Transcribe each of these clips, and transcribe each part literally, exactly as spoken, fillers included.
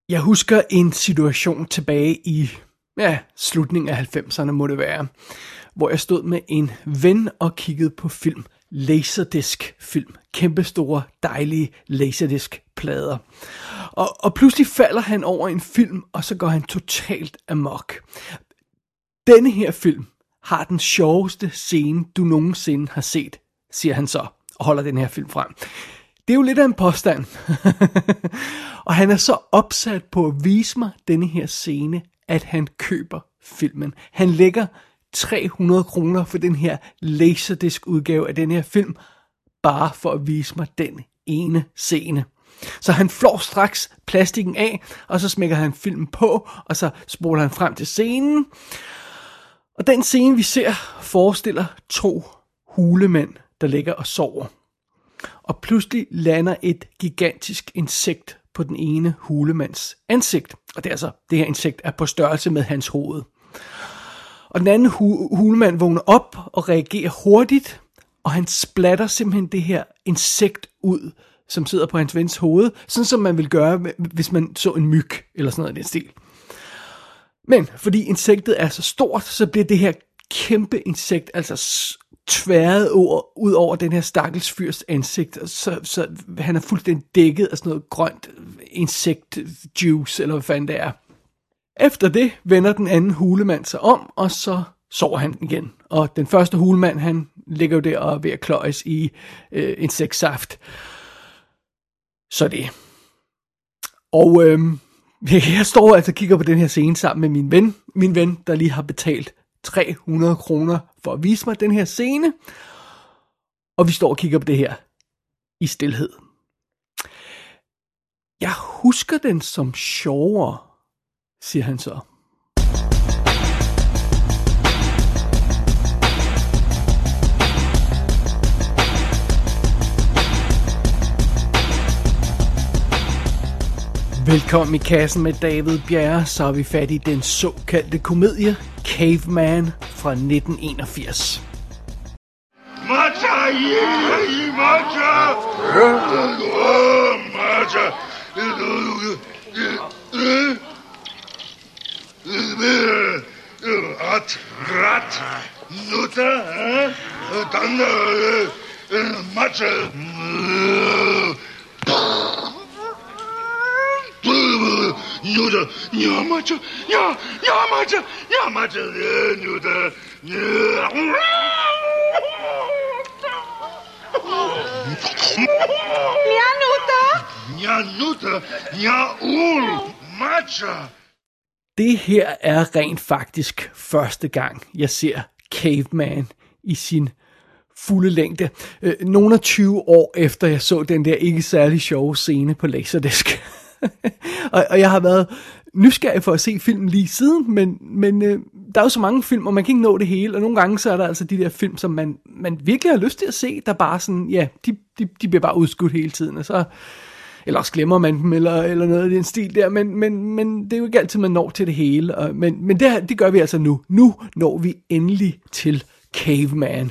Jeg husker en situation tilbage i ja, slutningen af halvfemserne må det være, hvor jeg stod med en ven og kiggede på film. Laserdisc-film. Kæmpestore, dejlige Laserdisc-plader. Og, og pludselig falder han over en film, og så går han totalt amok. Denne her film har den sjoveste scene, du nogensinde har set, siger han så, og holder den her film frem. Det er jo lidt af en påstand. Og han er så opsat på at vise mig denne her scene, at han køber filmen. Han lægger tre hundrede kroner for den her laserdisc-udgave af den her film, bare for at vise mig den ene scene. Så han flår straks plastikken af, og så smækker han filmen på, og så spoler han frem til scenen. Og den scene, vi ser, forestiller to hulemænd, der ligger og sover. Og pludselig lander et gigantisk insekt på den ene hulemands ansigt. Og det er altså, det her insekt er på størrelse med hans hoved. Og den anden hu- hulemand vågner op og reagerer hurtigt, og han splatter simpelthen det her insekt ud, som sidder på hans vens hoved, sådan som man ville gøre, hvis man så en myg, eller sådan noget i den stil. Men fordi insektet er så stort, så bliver det her kæmpe insekt altså tværet over, ud over den her stakkels fyrs ansigt, så, så han er fuldstændig dækket af sådan noget grønt insektjuice, eller hvad fanden det er. Efter det vender den anden hulemand sig om, og så sover han igen. Og den første hulemand, han ligger jo der og er ved at kløjes i øh, insektsaft. Så det. Og øh, jeg står altså og kigger på den her scene sammen med min ven. Min ven, der lige har betalt tre hundrede kroner for at vise mig den her scene. Og vi står og kigger på det her i stilhed. Jeg husker den som sjovere, siger han så. Velkommen i kassen med David Bjerre, så er vi fat i den såkaldte komedie Caveman fra nitten enogfirs. Matcha, yeah, matcha, matcha, rat, rat, nutter, dann matcha. Nutter, ja, matcha, ja, ja, matcha, ja, matcha, nutter, ja, nutter, ja, nutter, ja, ul, matcha. Det her er rent faktisk første gang, jeg ser Caveman i sin fulde længde. Nogle af tyve år efter jeg så den der ikke særlig sjove scene på Laserdisc. og, og jeg har været nysgerrig for at se filmen lige siden, men, men øh, der er jo så mange film, og man kan ikke nå det hele, og nogle gange så er der altså de der film, som man, man virkelig har lyst til at se, der bare sådan, ja, de, de, de bliver bare udskudt hele tiden, og så, eller også glemmer man dem, eller, eller noget i den stil der, men, men, men det er jo ikke altid, man når til det hele, og, men, men det, det gør vi altså nu. Nu når vi endelig til Caveman.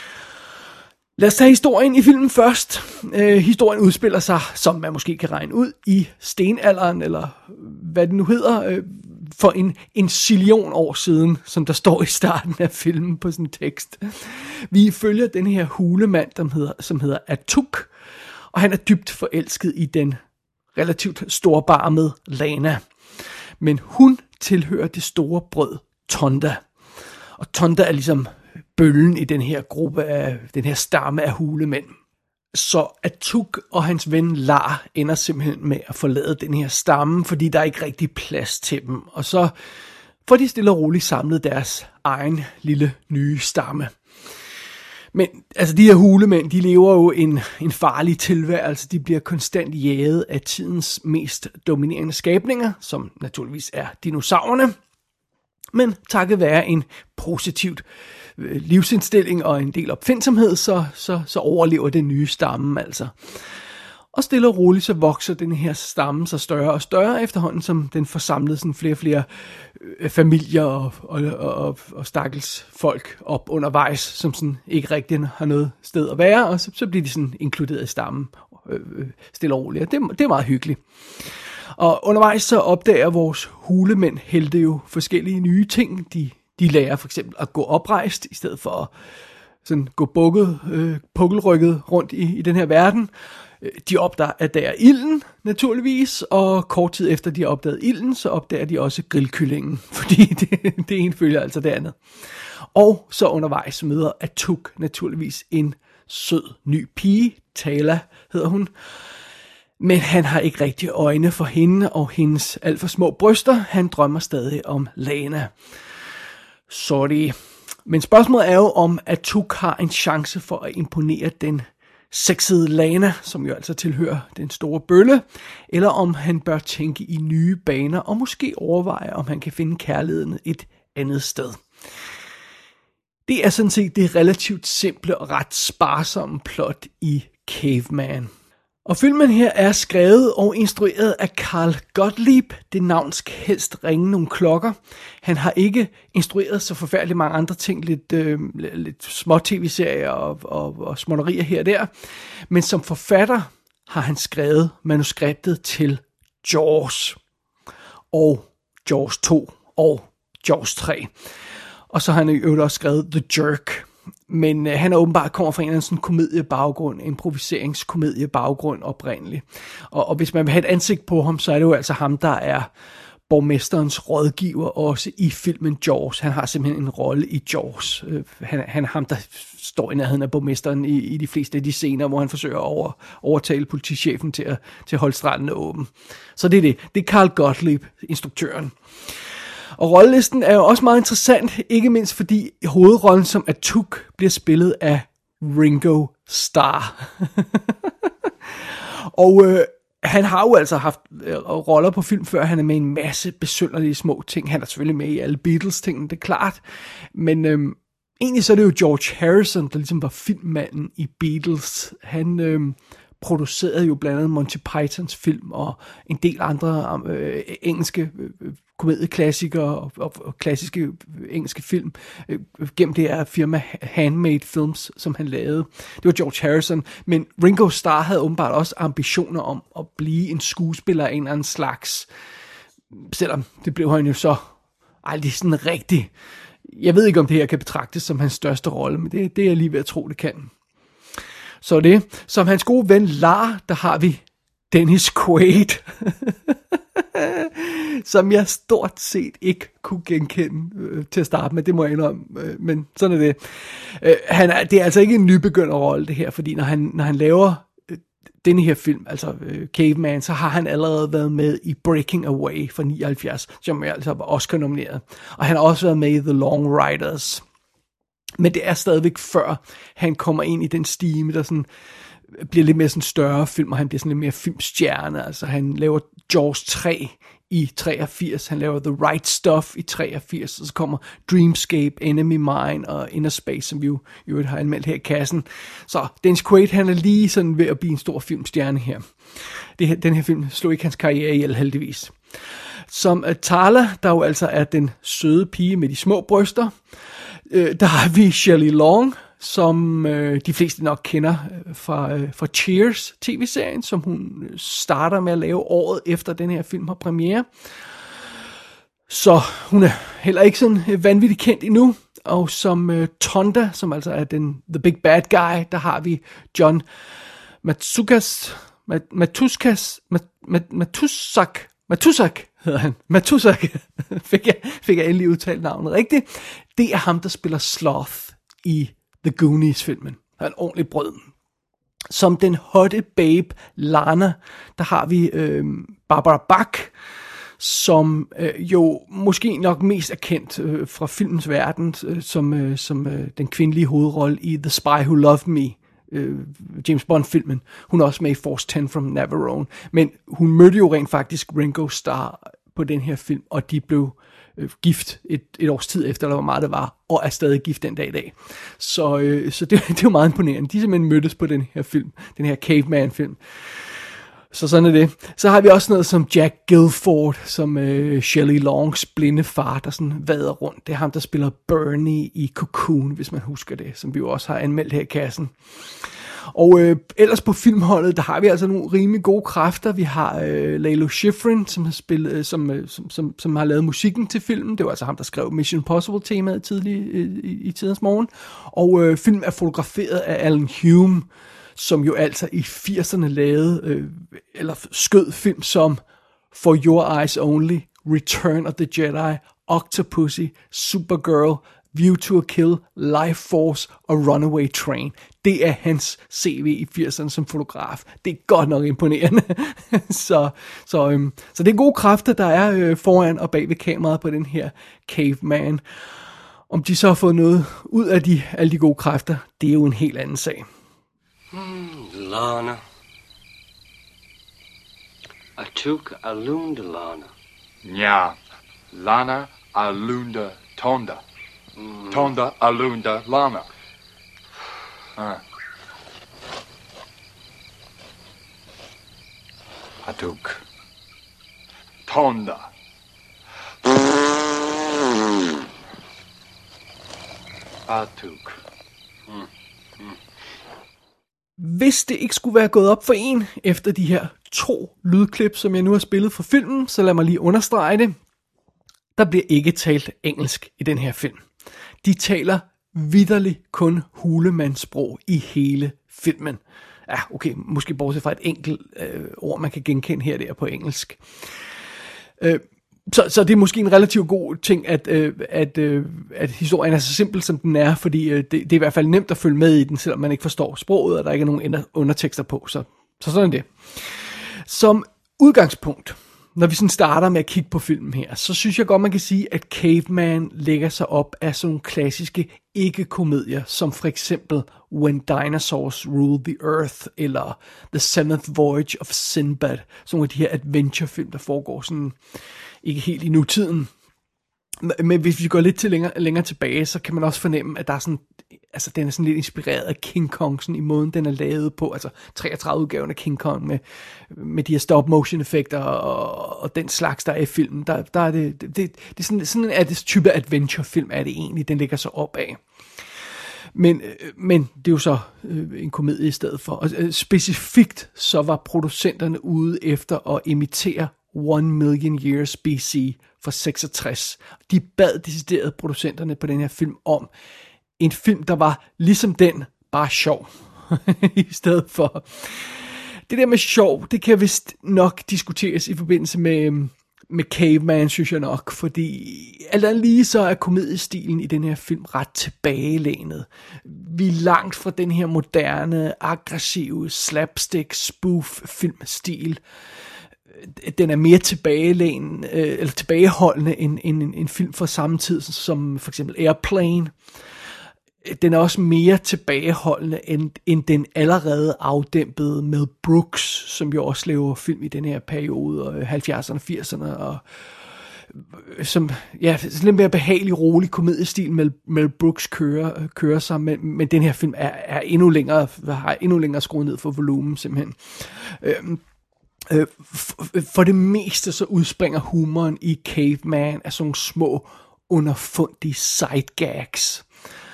Lad os tage historien i filmen først. Øh, historien udspiller sig, som man måske kan regne ud, i stenalderen, eller hvad det nu hedder, øh, for en, en zillion år siden, som der står i starten af filmen på sådan en tekst. Vi følger den her hulemand, som hedder, som hedder Atuk, og han er dybt forelsket i den relativt storbarmede Lana. Men hun tilhører det store brød Tonda. Og Tonda er ligesom bøllen i den her gruppe af, den her stamme af hulemænd. Så Atuk og hans ven Lar ender simpelthen med at forlade den her stamme, fordi der er ikke rigtig plads til dem. Og så får de stille og roligt samlet deres egen lille nye stamme. Men altså de her hulemænd, de lever jo en, en farlig tilværelse. De bliver konstant jaget af tidens mest dominerende skabninger, som naturligvis er dinosaurerne. Men takket være en positivt livsindstilling og en del opfindsomhed, så, så, så overlever den nye stamme altså. Og stille og roligt så vokser den her stamme så større og større efterhånden, som den får samlet sådan flere og flere øh, familier og, og, og, og stakkels folk op undervejs, som sådan ikke rigtig har noget sted at være, og så, så bliver de sådan inkluderet i stammen øh, stille og roligt. Det, det er meget hyggeligt. Og undervejs så opdager vores hulemænd helte jo forskellige nye ting. De, de lærer for eksempel at gå oprejst, i stedet for at sådan gå bukket, øh, pukkelrykket rundt i, i den her verden. De opdager, at der er ilden, naturligvis, og kort tid efter de har opdaget ilden, så opdager de også grillkyllingen, fordi det, det ene følger altså det andet. Og så undervejs møder Atuk naturligvis en sød ny pige, Tala hedder hun, men han har ikke rigtig øjne for hende og hendes alt for små bryster. Han drømmer stadig om Lana. Sorry. Men spørgsmålet er jo, om Atuk har en chance for at imponere den sexede Lana, som jo altså tilhører den store bølle, eller om han bør tænke i nye baner og måske overveje, om han kan finde kærligheden et andet sted. Det er sådan set det relativt simple og ret sparsomme plot i Caveman. Og filmen her er skrevet og instrueret af Carl Gottlieb. Det navn skal helst ringe nogle klokker. Han har ikke instrueret så forfærdeligt mange andre ting, lidt, øh, lidt små tv-serier og, og, og småtterier her og der. Men som forfatter har han skrevet manuskriptet til Jaws og Jaws to og Jaws tre. Og så har han jo også skrevet The Jerk. Men øh, han er åbenbart kommer fra en eller anden sådan komediebaggrund, improviseringskomediebaggrund oprindeligt. Og, og hvis man vil have et ansigt på ham, så er det jo altså ham, der er borgmesterens rådgiver også i filmen Jaws. Han har simpelthen en rolle i Jaws. Øh, han, han er ham, der står i nærheden af borgmesteren i, i de fleste af de scener, hvor han forsøger at over, overtale politichefen til at, til at holde stranden åben. Så det er det. Det er Carl Gottlieb, instruktøren. Og rollelisten er jo også meget interessant, ikke mindst fordi hovedrollen som Atuk bliver spillet af Ringo Starr. og øh, han har jo altså haft øh, roller på film før, han er med i en masse besynderlige små ting. Han er selvfølgelig med i alle Beatles-tingene, det er klart. Men øh, egentlig så er det jo George Harrison, der ligesom var filmmanden i Beatles. Han øh, producerede jo blandt andet Monty Pythons film og en del andre øh, engelske øh, komedieklassikere og, og, og klassiske engelske film øh, gennem det her firma Handmade Films, som han lavede. Det var George Harrison, men Ringo Starr havde åbenbart også ambitioner om at blive en skuespiller af en eller anden slags, selvom det blev han jo så aldrig sådan rigtig. Jeg ved ikke, om det her kan betragtes som hans største rolle, men det, det er jeg lige ved at tro, det kan. Så det, som hans gode ven Lar, der har vi Dennis Quaid, som jeg stort set ikke kunne genkende øh, til at starte med, det må jeg indrømme, øh, men sådan er det. Øh, han er, det er altså ikke en nybegynderrolle det her, fordi når han, når han laver øh, denne her film, altså øh, Caveman, så har han allerede været med i Breaking Away fra nioghalvfjerds, som er altså Oscar nomineret, og han har også været med i The Long Riders. Men det er stadigvæk før han kommer ind i den stime, der sådan bliver lidt mere sådan større film, og han bliver sådan lidt mere filmstjerne. Altså han laver Jaws tre i treogfirs, han laver The Right Stuff i treogfirs, og så kommer Dreamscape, Enemy Mine og Inner Space, som vi jo, jo har anmeldt her i kassen. Så Dennis Quaid, han er lige sådan ved at blive en stor filmstjerne her. Det her den her film slog ikke hans karriere ihjel, heldigvis. Som uh, Tala, der jo altså er den søde pige med de små bryster, uh, der har vi Shelley Long, som øh, de fleste nok kender øh, fra, øh, fra Cheers tv-serien, som hun starter med at lave året efter den her film har premiere. Så hun er heller ikke sådan øh, vanvittigt kendt endnu. Og som øh, Tonda, som altså er den the big bad guy, der har vi John Matsukas, Mat, Matuskas, Mat, Mat, Matusak, Matusak hedder han. Matusak fik jeg, fik jeg endelig udtalt navnet rigtigt. Det er ham, der spiller Sloth i The Goonies-filmen. Han er en ordentlig brød. Som den hotte babe Lana, der har vi øh, Barbara Bach, som øh, jo måske nok mest er kendt øh, fra filmens verden, øh, som, øh, som øh, den kvindelige hovedrolle i The Spy Who Loved Me, øh, James Bond-filmen. Hun er også med i Force ten from Navarone. Men hun mødte jo rent faktisk Ringo Starr på den her film, og de blev øh, gift et, et års tid efter, eller hvor meget det var, og er stadig gift den dag i dag. Så, øh, så det, det er jo meget imponerende. De simpelthen mødtes på den her film, den her Caveman-film. Så sådan er det. Så har vi også noget som Jack Gilford, som øh, Shelley Longs blinde far, der sådan vader rundt. Det er ham, der spiller Bernie i Cocoon, hvis man husker det, som vi jo også har anmeldt her i kassen. Og øh, ellers på filmholdet, der har vi altså nogle rimelig gode kræfter. Vi har øh, Lalo Schifrin, som har spillet, øh, som, øh, som, som, som har lavet musikken til filmen. Det var altså ham, der skrev Mission Impossible-temaet tidlig øh, i, i tidens morgen. Og øh, filmen er fotograferet af Alan Hume, som jo altså i firserne lavede, øh, eller skød film som For Your Eyes Only, Return of the Jedi, Octopussy, Supergirl, View to a Kill, Life Force og Runaway Train. Det er hans C V i firserne som fotograf. Det er godt nok imponerende. så, så, øhm, så det er gode kræfter, der er øh, foran og bag ved kameraet på den her Caveman. Om de så har fået noget ud af de, alle de gode kræfter, det er jo en helt anden sag. Hmm, Lana. Atuk alunda Lana. Ja, Lana alunda Tonda. Mm. Tonda alunda Lana. Ah. Atuk. Tonda. Atuk. Mm. Mm. Hvis det ikke skulle være gået op for en efter de her to lydklip, som jeg nu har spillet for filmen, så lad mig lige understrege det. Der bliver ikke talt engelsk i den her film. De taler vitterligt kun hulemandssprog i hele filmen. Ja, okay, måske bortset fra et enkelt øh, ord, man kan genkende her og der på engelsk. Øh, så, så det er måske en relativt god ting, at, øh, at, øh, at historien er så simpel, som den er, fordi øh, det, det er i hvert fald nemt at følge med i den, selvom man ikke forstår sproget, og der ikke er nogen undertekster på. Så, så sådan er det. Som udgangspunkt, når vi sådan starter med at kigge på filmen her, så synes jeg godt, man kan sige, at Caveman lægger sig op af sådan nogle klassiske ikke-komedier, som for eksempel When Dinosaurs Ruled the Earth, eller The Seventh Voyage of Sinbad, sådan nogle af de her adventure-film, der foregår sådan ikke helt i nutiden. Men hvis vi går lidt til længere, længere tilbage, så kan man også fornemme, at der er sådan, altså den er sådan lidt inspireret af King Kong, sådan i måden den er lavet på, altså treogtredive udgaven af King Kong med, med de her stop motion effekter og, og den slags, der er i filmen. Der, der er det, det, det, det er sådan, sådan er det type adventure film, er det egentlig, den ligger så op af. Men, men det er jo så øh, en komedie i stedet for. Og øh, specifikt så var producenterne ude efter at imitere One Million Years B C fra seksogtres. De bad decideret producenterne på den her film om en film, der var ligesom den, bare sjov. I stedet for. Det der med sjov, det kan vist nok diskuteres i forbindelse med, med Caveman, synes jeg nok. Fordi alt andet lige så er komediestilen i den her film ret tilbagelænet. Vi er langt fra den her moderne, aggressive, slapstick, spoof filmstil. Den er mere tilbagelæn, øh, eller tilbageholdende end, end en, en film fra samme tid, som for eksempel Airplane. Den er også mere tilbageholdende end, end den allerede afdæmpede Mel Brooks, som jo også laver film i den her periode, halvfjerdserne og firserne, og som, ja, lidt mere behagelig, rolig komediestil, Mel, Mel Brooks kører, kører sig, men, men den her film er, er endnu længere, har endnu længere skruet ned for volumen, simpelthen. Øhm, Øh, for det meste så udspringer humoren i Caveman af sådan nogle små underfundige sidegags.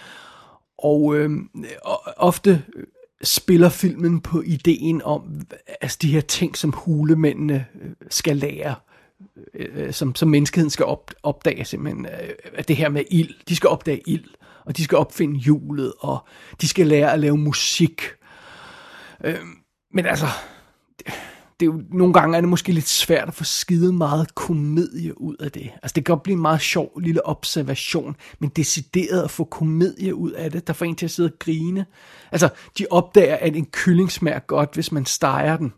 Og øh, ofte spiller filmen på ideen om altså de her ting, som hulemændene skal lære, øh, som, som menneskeheden skal op, opdage simpelthen. Øh, det her med ild, de skal opdage ild, og de skal opfinde hjulet, og de skal lære at lave musik. Øh, men altså... Det, Det er jo, nogle gange er det måske lidt svært at få skide meget komedie ud af det. Altså det kan godt blive en meget sjov lille observation, men decideret at få komedie ud af det, der får en til at sidde og grine. Altså de opdager, at en kylling smager godt, hvis man steger den.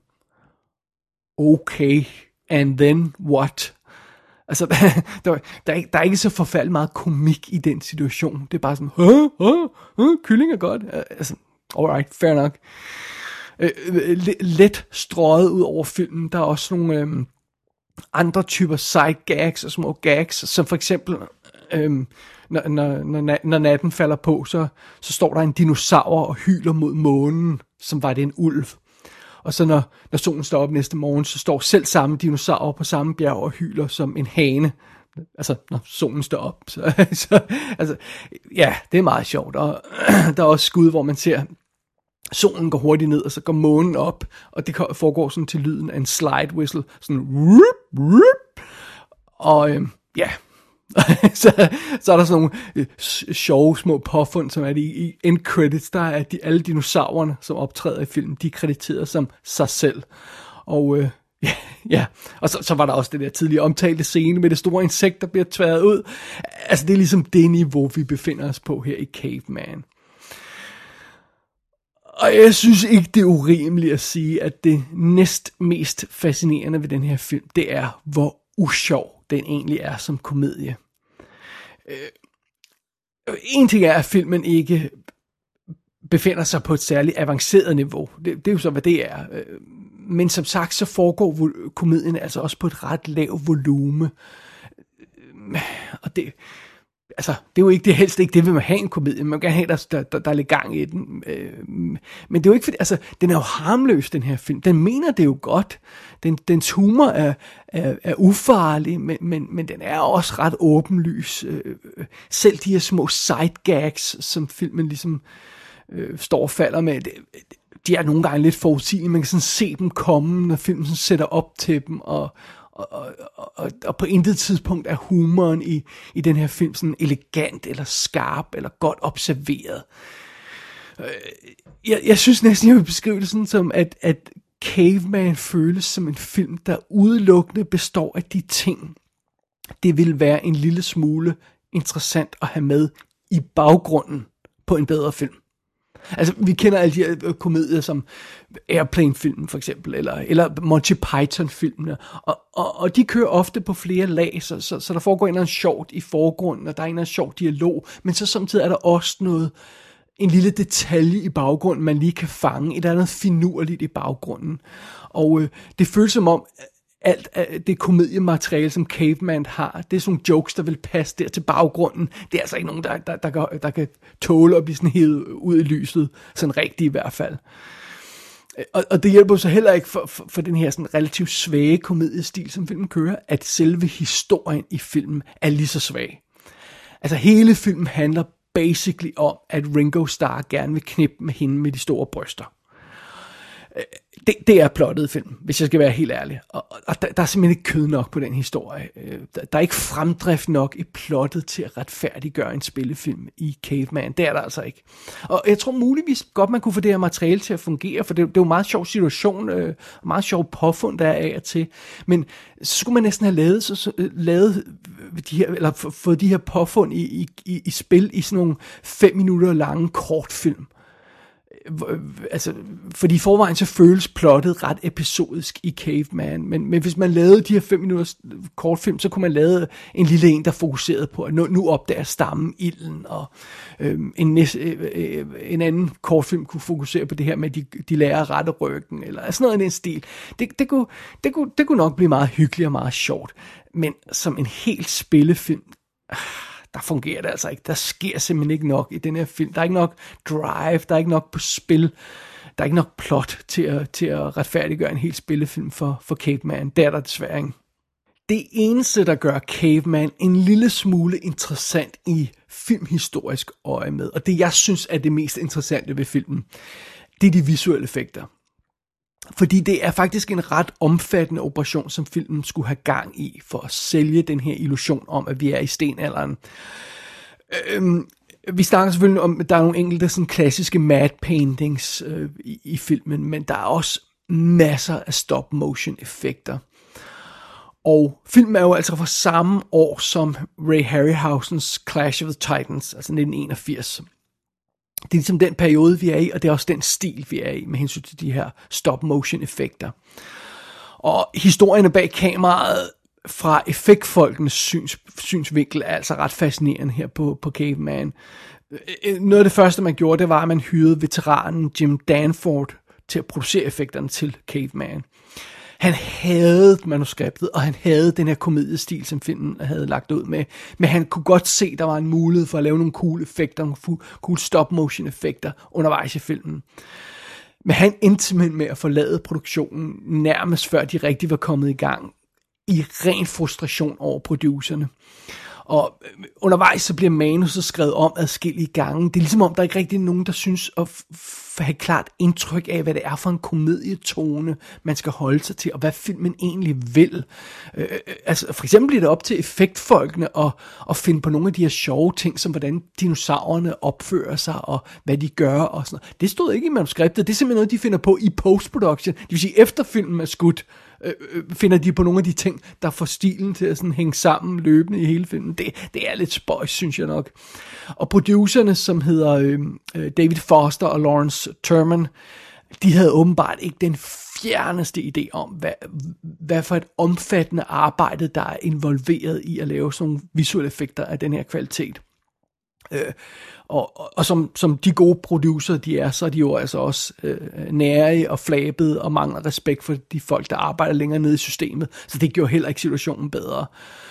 Okay, and then what? Altså der, der, der, er, der er ikke så forfærdeligt meget komik i den situation. Det er bare sådan, huh, huh, huh, kylling er godt. Altså, alright, fair nok. Øh, let strøget ud over filmen. Der er også nogle øh, andre typer side gags og små gags, som for eksempel øh, når, når, når, når natten falder på, så, så står der en dinosaur og hyler mod månen, som var det en ulv. Og så når, når solen står op næste morgen, så står selv samme dinosaur på samme bjerg og hyler som en hane. Altså når solen står op. Så, så, altså, ja, det er meget sjovt. Og der er også skud, hvor man ser solen går hurtigt ned, og så går månen op, og det foregår sådan til lyden af en slide whistle, sådan whoop, whoop, og øh, ja, så, så er der sådan nogle øh, sjove små påfund, som er det i, i end credits, der er de, alle dinosaurerne, som optræder i filmen, de er krediteret som sig selv, og øh, ja, ja, og så, så var der også det der tidligere omtalte scene med det store insekt, der bliver tværet ud. Altså det er ligesom det niveau, vi befinder os på her i Caveman. Og jeg synes ikke, det er urimeligt at sige, at det næst mest fascinerende ved den her film, det er, hvor usjov den egentlig er som komedie. Øh, en ting er, at filmen ikke befinder sig på et særligt avanceret niveau. Det, det er jo så, hvad det er. Men som sagt, så foregår komedien altså også på et ret lavt volume. Og det, altså, det er jo ikke det helst ikke det, vil man have en komedie. Man vil gerne have, der, der, der, der er lidt gang i den. Men det er jo ikke fordi, altså, den er jo harmløs, den her film. Den mener det jo godt. Den, dens humor er, er, er ufarlig, men, men, men den er også ret åbenlys. Selv de her små side gags, som filmen ligesom øh, står og falder med, det, de er nogle gange lidt forudsigelige. Man kan sådan se dem komme, når filmen sådan sætter op til dem, og, og, og, og, og på intet tidspunkt er humoren i, i den her film sådan elegant, eller skarp, eller godt observeret. Jeg, jeg synes næsten, jeg vil beskrive det sådan som, at, at Caveman føles som en film, der udelukkende består af de ting, det vil være en lille smule interessant at have med i baggrunden på en bedre film. Altså, vi kender alle de her komedier som Airplane-filmen for eksempel, eller, eller Monty Python-filmene, og, og, og de kører ofte på flere lag, så, så, så der foregår en eller anden sjovt i forgrunden, og der er en eller anden sjov dialog, men så samtidig er der også noget, en lille detalje i baggrunden, man lige kan fange, et eller andet finurligt i baggrunden, og øh, det føles som om, alt det komediemateriale, som Caveman har, det er sådan nogle jokes, der vil passe der til baggrunden. Det er altså ikke nogen, der, der, der, der, der kan tåle at blive sådan hævet ud i lyset, sådan rigtigt i hvert fald. Og, og det hjælper så heller ikke for, for, for den her sådan relativt svage komediestil, som filmen kører, at selve historien i filmen er lige så svag. Altså hele filmen handler basically om, at Ringo Starr gerne vil knippe med hende med de store bryster. Det, det er plottet film, hvis jeg skal være helt ærlig. Og, og der, der er simpelthen ikke kød nok på den historie. Der, der er ikke fremdrift nok i plottet til at retfærdiggøre en spillefilm i Caveman. Det er der altså ikke. Og jeg tror muligvis godt, man kunne få det her materiale til at fungere, for det, det er jo en meget sjov situation, øh, meget sjov påfund, der er af og til. Men så skulle man næsten have lavet, så, så, lavet de her, eller fået de her påfund i, i, i, i spil i sådan nogle fem minutter lange kortfilm. Altså, fordi i forvejen så føles plottet ret episodisk i Caveman, men, men hvis man lavede de her fem minutters kortfilm, så kunne man lave en lille en, der fokuserede på, at nu, nu opdager stammen ilden, og øhm, en, næste, øh, en anden kortfilm kunne fokusere på det her med, at de, de lærer at rette ryggen, eller sådan noget i den stil. Det, det, kunne, det, kunne, det kunne nok blive meget hyggeligt og meget sjovt, men som en helt spillefilm, der fungerer det altså ikke. Der sker simpelthen ikke nok i den her film. Der er ikke nok drive, der er ikke nok på spil, der er ikke nok plot til at, til at retfærdiggøre en hel spillefilm for, for Caveman. Det er der desværre ikke. Det eneste, der gør Caveman en lille smule interessant i filmhistorisk øje med, og det jeg synes er det mest interessante ved filmen, det er de visuelle effekter. Fordi det er faktisk en ret omfattende operation, som filmen skulle have gang i, for at sælge den her illusion om, at vi er i stenalderen. Øhm, vi snakker selvfølgelig om, at der er nogle enkelte sådan klassiske matte paintings øh, i, i filmen, men der er også masser af stop-motion effekter. Og filmen er jo altså fra samme år som Ray Harryhausens Clash of the Titans, altså nitten enogfirs. Det er ligesom den periode, vi er i, og det er også den stil, vi er i, med hensyn til de her stop-motion-effekter. Og historierne bag kameraet fra effektfolkenes syns, synsvinkel er altså ret fascinerende her på, på Caveman. Noget af det første, man gjorde, det var, at man hyrede veteranen Jim Danforth til at producere effekterne til Caveman. Han havde manuskriptet, og han havde den her komediestil, som filmen havde lagt ud med. Men han kunne godt se, at der var en mulighed for at lave nogle cool effekter, nogle cool stop-motion effekter undervejs i filmen. Men han endte simpelthen med at forlade produktionen nærmest før de rigtig var kommet i gang, i ren frustration over producerne. Og undervejs så bliver manuset skrevet om adskillige gange. Det er ligesom om, der er ikke rigtig nogen, der synes at f- have et klart indtryk af, hvad det er for en komedietone, man skal holde sig til, og hvad filmen egentlig vil. Øh, altså for eksempel bliver det op til effektfolkene at, at finde på nogle af de her sjove ting, som hvordan dinosaurerne opfører sig, og hvad de gør, og sådan noget. Det stod ikke i manuskriptet. Det er simpelthen noget, de finder på i post-production. Det vil sige, efter filmen er skudt, øh, finder de på nogle af de ting, der får stilen til at sådan hænge sammen løbende i hele filmen. Det, det er lidt spøjs, synes jeg nok. Og producerne, som hedder øh, David Foster og Lawrence Terman, de havde åbenbart ikke den fjerneste idé om, hvad, hvad for et omfattende arbejde, der er involveret i at lave sådan nogle visuelle effekter af den her kvalitet. Øh, og og, og som, som de gode producer, de er, så er de jo altså også øh, nære og flabede og mangler respekt for de folk, der arbejder længere nede i systemet. Så det gjorde heller ikke situationen bedre.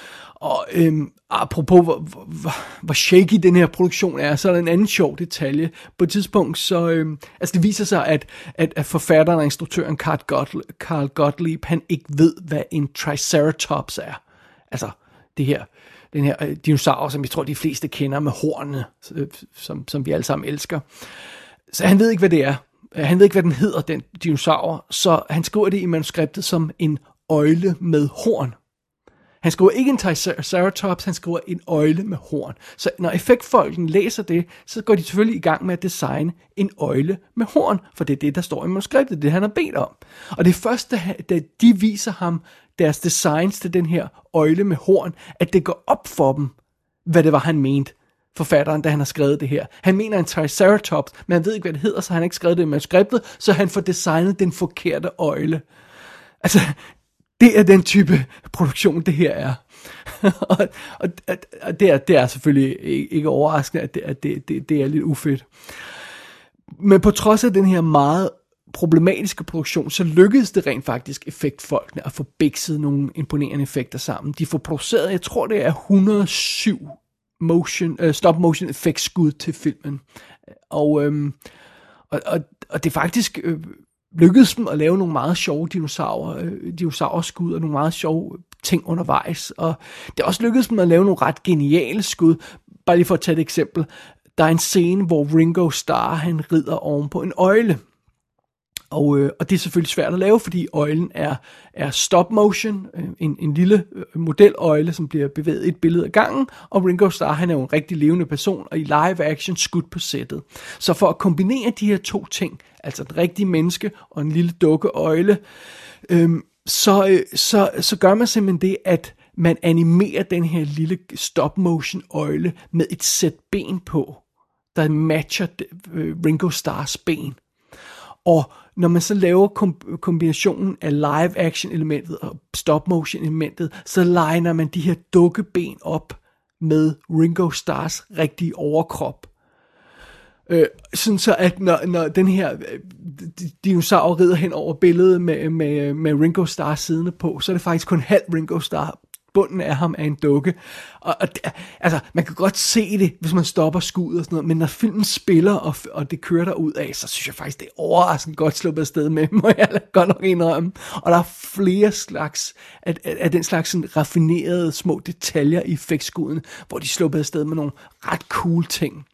Og øhm, apropos hvor, hvor, hvor shaky den her produktion er, så er der en anden sjov detalje. På et tidspunkt, så øhm, altså det viser sig, at, at, at forfatteren og instruktøren Carl Gottlieb, Carl Gottlieb, han ikke ved, hvad en triceratops er. Altså det her, den her øh, dinosaur, som jeg tror, de fleste kender med hornene, øh, som, som vi alle sammen elsker. Så han ved ikke, hvad det er. Han ved ikke, hvad den hedder, den dinosaur. Så han skriver det i manuskriptet som en øgle med horn. Han skriver ikke en triceratops, han skriver en øgle med horn. Så når effektfolken læser det, så går de selvfølgelig i gang med at designe en øgle med horn, for det er det, der står i manuskriptet, det er det, han har bedt om. Og det er først, da, da de viser ham deres designs til den her øgle med horn, at det går op for dem, hvad det var, han mente, forfatteren, da han har skrevet det her. Han mener en triceratops, men han ved ikke, hvad det hedder, så han har ikke skrevet det i manuskriptet, så han får designet den forkerte øgle. Altså, det er den type produktion, det her er. og og, og det, er, det er selvfølgelig ikke overraskende, at det, at det, det, det er lidt ufedt. Men på trods af den her meget problematiske produktion, så lykkedes det rent faktisk effektfolkene at få bikset nogle imponerende effekter sammen. De får produceret, jeg tror det er et hundrede og syv motion, uh, stop motion effektskud til filmen. Og, øhm, og, og, og det er faktisk øh, lykkedes dem at lave nogle meget sjove dinosaurer, øh, dinosaurskud og nogle meget sjove ting undervejs. Og det er også lykkedes dem at lave nogle ret geniale skud. Bare lige for at tage et eksempel. Der er en scene, hvor Ringo Starr, han rider oven på en øgle. Og, øh, og det er selvfølgelig svært at lave, fordi øjlen er, er stop motion, øh, en, en lille øh, modeløjle, som bliver bevæget et billede ad gangen, og Ringo Starr, han er jo en rigtig levende person, og i live action skudt på sættet. Så for at kombinere de her to ting, altså et rigtigt menneske og en lille dukkeøjle, øh, så, øh, så, så gør man simpelthen det, at man animerer den her lille stop motion øjle med et sæt ben på, der matcher øh, Ringo Starrs ben. Og når man så laver kom- kombinationen af live action elementet og stop motion elementet, så liner man de her dukkeben op med Ringo Starrs rigtige overkrop. Øh, sådan så at når, når den her øh, dinosaur rider hen over billedet med, med, med Ringo Starr siddende på, så er det faktisk kun halv Ringo Starr. Bunden af ham er en dukke. Og, og altså, man kan godt se det, hvis man stopper skuddet og sådan noget, men når filmen spiller, og, og det kører der ud af, så synes jeg faktisk, det er overraskende godt sluppet afsted med, må jeg godt nok indrømme. Og der er flere slags, af, af den slags sådan raffinerede små detaljer i effektskudene, hvor de sluppet afsted med nogle ret cool ting.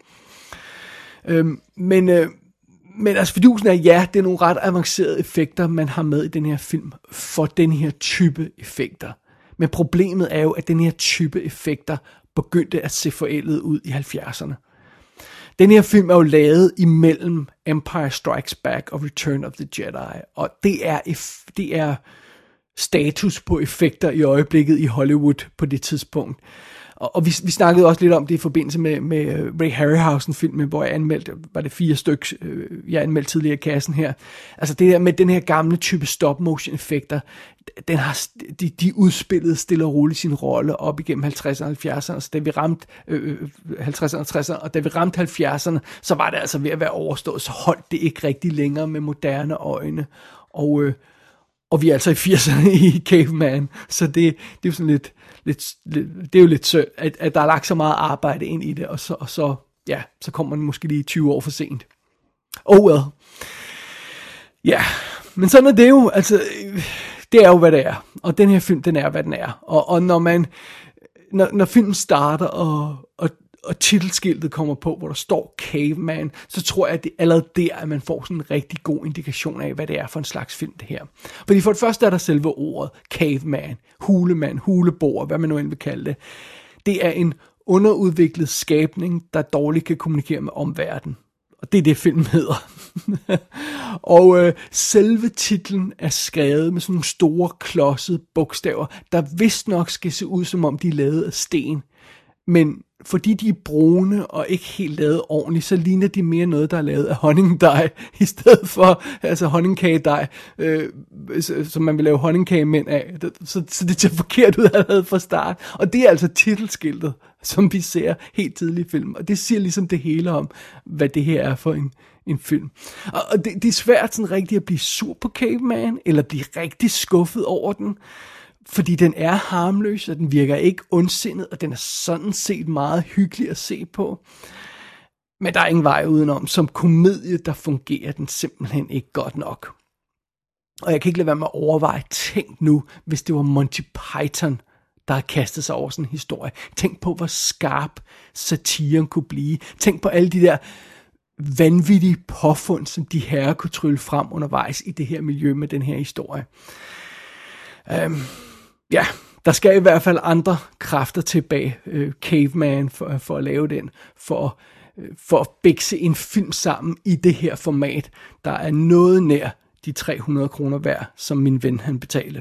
Øhm, men... Øh, Men altså fidusen er, ja, det er nogle ret avancerede effekter, man har med i den her film, for den her type effekter. Men problemet er jo, at den her type effekter begyndte at se forældet ud i halvfjerdserne. Den her film er jo lavet imellem Empire Strikes Back og Return of the Jedi. Og det er, det er status på effekter i øjeblikket i Hollywood på det tidspunkt. Og, og vi, vi snakkede også lidt om det i forbindelse med, med Ray Harryhausen-filmen, hvor jeg anmeldte, var det fire stykker, øh, jeg anmeldte tidligere i kassen her. Altså det der med den her gamle type stop-motion-effekter, den har, de, de udspillede stille og roligt sin rolle op igennem halvtredserne og halvfjerdserne. Så da vi ramte øh, halvtredserne og tresserne, og da vi ramte halvfjerdserne, så var det altså ved at være overstået, så holdt det ikke rigtig længere med moderne øjne. Og, øh, og vi er altså i firserne i Caveman, så det, det er jo sådan lidt... Lidt, lidt, det er jo lidt sødt, at, at der er lagt så meget arbejde ind i det, og så, og så, ja, så kommer man måske lige tyve år for sent. Oh well. Ja, men sådan er det jo, altså, det er jo, hvad det er. Og den her film, den er, hvad den er. Og, og når man, når, når filmen starter, og, og, og titelskiltet kommer på, hvor der står Caveman, så tror jeg, at det er allerede der, at man får sådan en rigtig god indikation af, hvad det er for en slags film, det her. Fordi for det første er der selve ordet Caveman, hulemand, huleboer, hvad man nu end vil kalde det. Det er en underudviklet skabning, der dårligt kan kommunikere med omverdenen. Og det er det, filmen hedder. og øh, selve titlen er skrevet med sådan nogle store, klodsede bogstaver, der vist nok skal se ud, som om de er lavet af sten. Men fordi de er brune og ikke helt lavet ordentligt, så ligner de mere noget, der er lavet af honningdej, i stedet for altså honningkagedej, øh, som man vil lave honningkagemænd af. Så, så det ser forkert ud allerede fra start. Og det er altså titelskiltet, som vi ser helt tidligt i filmen. Og det siger ligesom det hele om, hvad det her er for en, en film. Og, og det, det er svært sådan rigtig at blive sur på Caveman, eller blive rigtig skuffet over den. Fordi den er harmløs, og den virker ikke ondsindet, og den er sådan set meget hyggelig at se på. Men der er ingen vej udenom. Som komedie, der fungerer den simpelthen ikke godt nok. Og jeg kan ikke lade være med at overveje, tænk nu, hvis det var Monty Python, der har kastet sig over sådan en historie. Tænk på, hvor skarp satiren kunne blive. Tænk på alle de der vanvittige påfund, som de herrer kunne trylle frem undervejs i det her miljø med den her historie. Um, ja, der skal i hvert fald andre kræfter tilbage, uh, Caveman, for, for at lave den, for, uh, for at bikse en film sammen i det her format, der er noget nær de tre hundrede kroner værd, som min ven han betalte.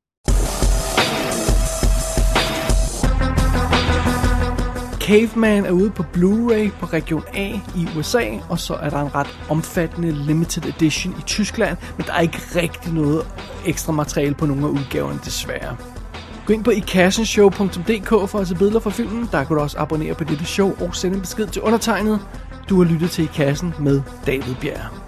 Caveman er ude på Blu-ray på Region A i U S A, og så er der en ret omfattende limited edition i Tyskland, men der er ikke rigtig noget ekstra materiale på nogle af udgaverne, desværre. Gå ind på i kassen show punktum d k for at se billeder fra filmen. Der kan du også abonnere på dette show og sende en besked til undertegnet. Du har lyttet til I Kassen med David Bjerg.